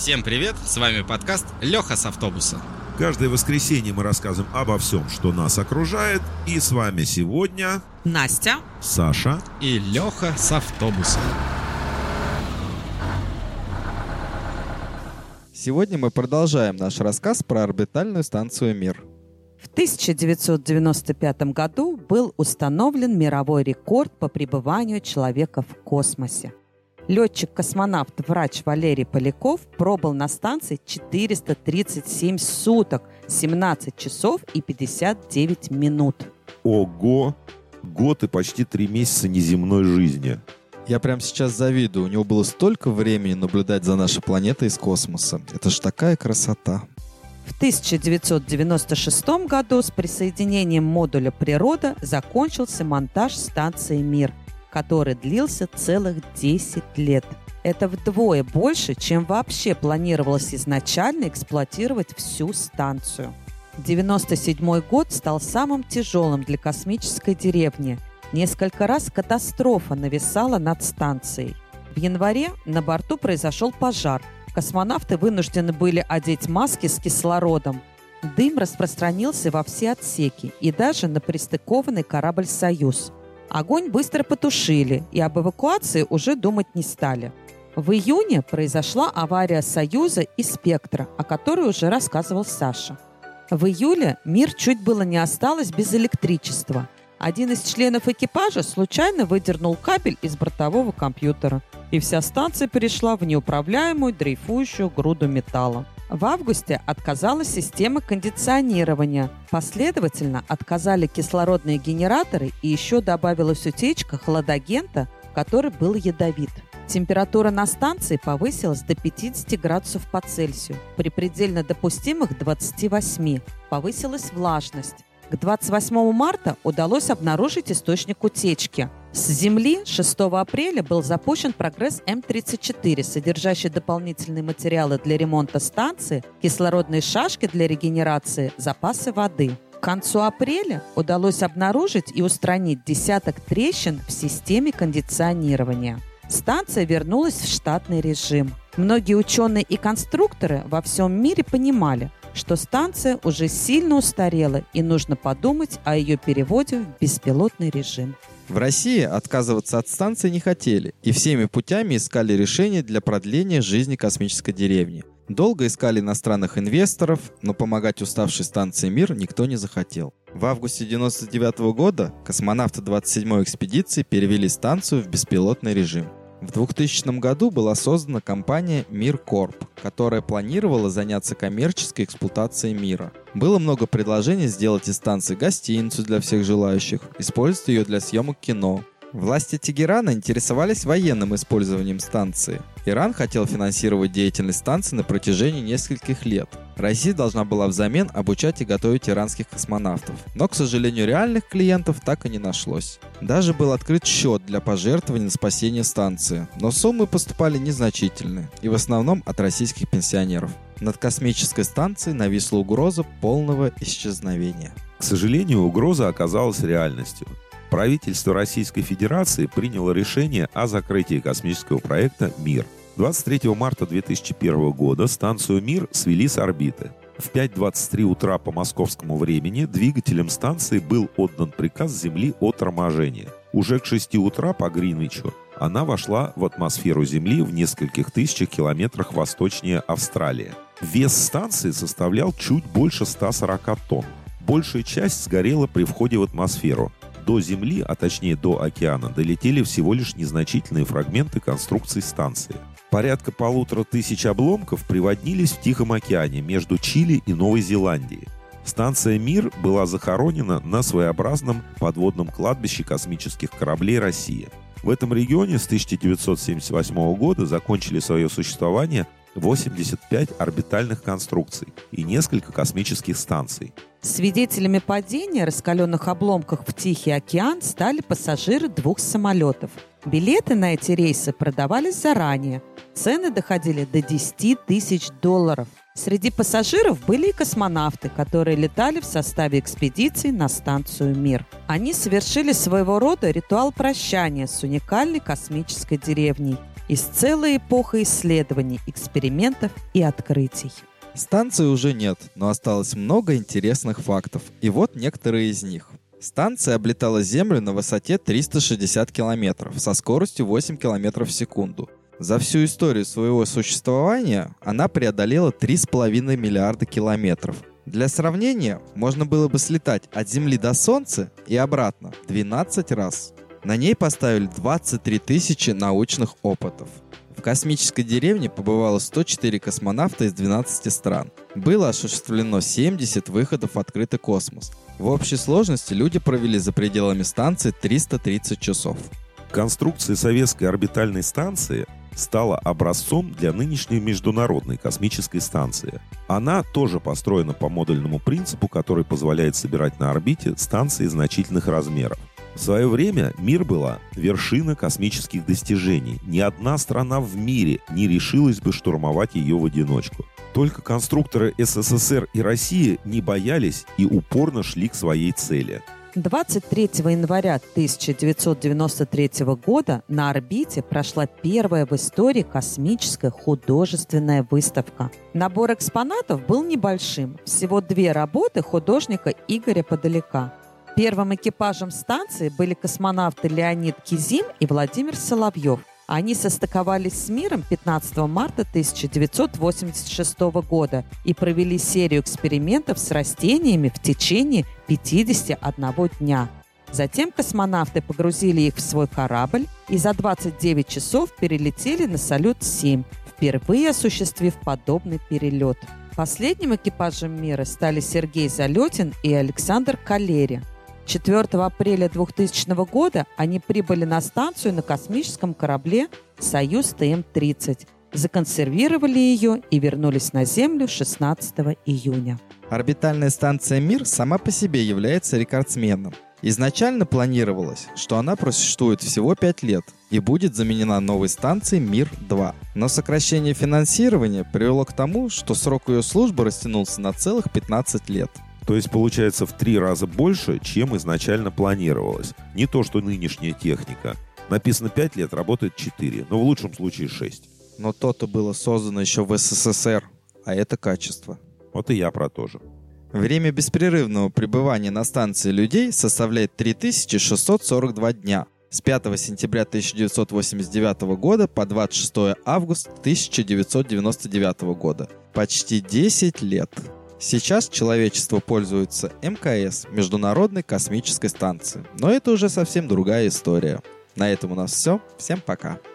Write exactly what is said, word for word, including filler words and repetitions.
Всем привет, с вами подкаст «Леха с автобуса». Каждое воскресенье мы рассказываем обо всем, что нас окружает. И с вами сегодня Настя, Саша и Леха с автобуса. Сегодня мы продолжаем наш рассказ про орбитальную станцию «Мир». в тысяча девятьсот девяносто пятом году был установлен мировой рекорд по пребыванию человека в космосе. Летчик-космонавт, врач Валерий Поляков пробыл на станции четыреста тридцать семь суток, семнадцать часов и пятьдесят девять минут. Ого! Год и почти три месяца неземной жизни. Я прямо сейчас завидую. У него было столько времени наблюдать за нашей планетой из космоса. Это ж такая красота. В тысяча девятьсот девяносто шестом году с присоединением модуля «Природа» закончился монтаж станции «Мир», который длился целых десять лет. Это вдвое больше, чем вообще планировалось изначально эксплуатировать всю станцию. девяносто седьмой год стал самым тяжелым для космической деревни. Несколько раз катастрофа нависала над станцией. В январе на борту произошел пожар. Космонавты вынуждены были одеть маски с кислородом. Дым распространился во все отсеки и даже на пристыкованный корабль «Союз». Огонь быстро потушили, и об эвакуации уже думать не стали. В июне произошла авария «Союза» и «Спектра», о которой уже рассказывал Саша. В июле «Мир» чуть было не осталось без электричества. Один из членов экипажа случайно выдернул кабель из бортового компьютера, и вся станция перешла в неуправляемую дрейфующую груду металла. В августе отказалась система кондиционирования. Последовательно отказали кислородные генераторы, и еще добавилась утечка хладагента, который был ядовит. Температура на станции повысилась до пятидесяти градусов по Цельсию, при предельно допустимых двадцати восьми. Повысилась влажность. К двадцать восьмому марта удалось обнаружить источник утечки. С Земли шестого апреля был запущен «Прогресс М тридцать четыре», содержащий дополнительные материалы для ремонта станции, кислородные шашки для регенерации, запасы воды. К концу апреля удалось обнаружить и устранить десяток трещин в системе кондиционирования. Станция вернулась в штатный режим. Многие ученые и конструкторы во всем мире понимали, что станция уже сильно устарела и нужно подумать о ее переводе в беспилотный режим. В России отказываться от станции не хотели и всеми путями искали решения для продления жизни космической деревни. Долго искали иностранных инвесторов, но помогать уставшей станции «Мир» никто не захотел. В августе девяносто девятого года космонавты двадцать седьмой экспедиции перевели станцию в беспилотный режим. В двухтысячном году была создана компания «Мир Корп», которая планировала заняться коммерческой эксплуатацией «Мира». Было много предложений сделать из станции гостиницу для всех желающих, использовать ее для съемок кино. Власти Тегерана интересовались военным использованием станции. Иран хотел финансировать деятельность станции на протяжении нескольких лет. Россия должна была взамен обучать и готовить иранских космонавтов. Но, к сожалению, реальных клиентов так и не нашлось. Даже был открыт счет для пожертвований на спасение станции. Но суммы поступали незначительные, и в основном от российских пенсионеров. Над космической станцией нависла угроза полного исчезновения. К сожалению, угроза оказалась реальностью. Правительство Российской Федерации приняло решение о закрытии космического проекта «Мир». двадцать третьего марта две тысячи первого года станцию «Мир» свели с орбиты. В пять двадцать три утра по московскому времени двигателям станции был отдан приказ с Земли о торможении. Уже к шести утра по Гринвичу она вошла в атмосферу Земли в нескольких тысячах километрах восточнее Австралии. Вес станции составлял чуть больше ста сорока тонн. Большая часть сгорела при входе в атмосферу. До Земли, а точнее до океана, долетели всего лишь незначительные фрагменты конструкции станции. Порядка полутора тысяч обломков приводнились в Тихом океане между Чили и Новой Зеландией. Станция «Мир» была захоронена на своеобразном подводном кладбище космических кораблей России. В этом регионе с тысяча девятьсот семьдесят восьмого года закончили свое существование восемьдесят пять орбитальных конструкций и несколько космических станций. Свидетелями падения раскаленных обломков в Тихий океан стали пассажиры двух самолетов. Билеты на эти рейсы продавались заранее. Цены доходили до десяти тысяч долларов. Среди пассажиров были и космонавты, которые летали в составе экспедиции на станцию «Мир». Они совершили своего рода ритуал прощания с уникальной космической деревней из целой эпохи исследований, экспериментов и открытий. Станции уже нет, но осталось много интересных фактов. И вот некоторые из них. Станция облетала Землю на высоте триста шестьдесят километров со скоростью восемь километров в секунду. За всю историю своего существования она преодолела три с половиной миллиарда километров. Для сравнения, можно было бы слетать от Земли до Солнца и обратно двенадцать раз. На ней поставили двадцать три тысячи научных опытов. В космической деревне побывало сто четыре космонавта из двенадцати стран. Было осуществлено семьдесят выходов в открытый космос. В общей сложности люди провели за пределами станции триста тридцать часов. Конструкция советской орбитальной станции стала образцом для нынешней Международной космической станции. Она тоже построена по модульному принципу, который позволяет собирать на орбите станции значительных размеров. В свое время «Мир» была вершина космических достижений. Ни одна страна в мире не решилась бы штурмовать ее в одиночку. Только конструкторы эс эс эс эр и России не боялись и упорно шли к своей цели. двадцать третьего января тысяча девятьсот девяносто третьего года на орбите прошла первая в истории космическая художественная выставка. Набор экспонатов был небольшим, всего две работы художника Игоря Подоляка. Первым экипажем станции были космонавты Леонид Кизим и Владимир Соловьев. Они состыковались с «Миром» пятнадцатого марта тысяча девятьсот восемьдесят шестого года и провели серию экспериментов с растениями в течение пятидесяти одного дня. Затем космонавты погрузили их в свой корабль и за двадцать девять часов перелетели на Салют-семь, впервые осуществив подобный перелет. Последним экипажем «Мира» стали Сергей Залетин и Александр Калерия. четвёртого апреля двухтысячного года они прибыли на станцию на космическом корабле «Союз Тэ Эм тридцать», законсервировали ее и вернулись на Землю шестнадцатого июня. Орбитальная станция «Мир» сама по себе является рекордсменом. Изначально планировалось, что она просуществует всего пять лет и будет заменена новой станцией «Мир-два». Но сокращение финансирования привело к тому, что срок ее службы растянулся на целых пятнадцать лет. То есть получается в три раза больше, чем изначально планировалось. Не то, что нынешняя техника. Написано пять лет, работает четыре, но в лучшем случае шесть. Но то-то было создано еще в эс эс эс эр, а это качество. Вот и я про то же. Время беспрерывного пребывания на станции людей составляет три тысячи шестьсот сорок два дня. С пятого сентября тысяча девятьсот восемьдесят девятого года по двадцать шестого августа тысяча девятьсот девяносто девятого года. Почти десять лет. Сейчас человечество пользуется эм ка эс, Международной космической станцией. Но это уже совсем другая история. На этом у нас все. Всем пока.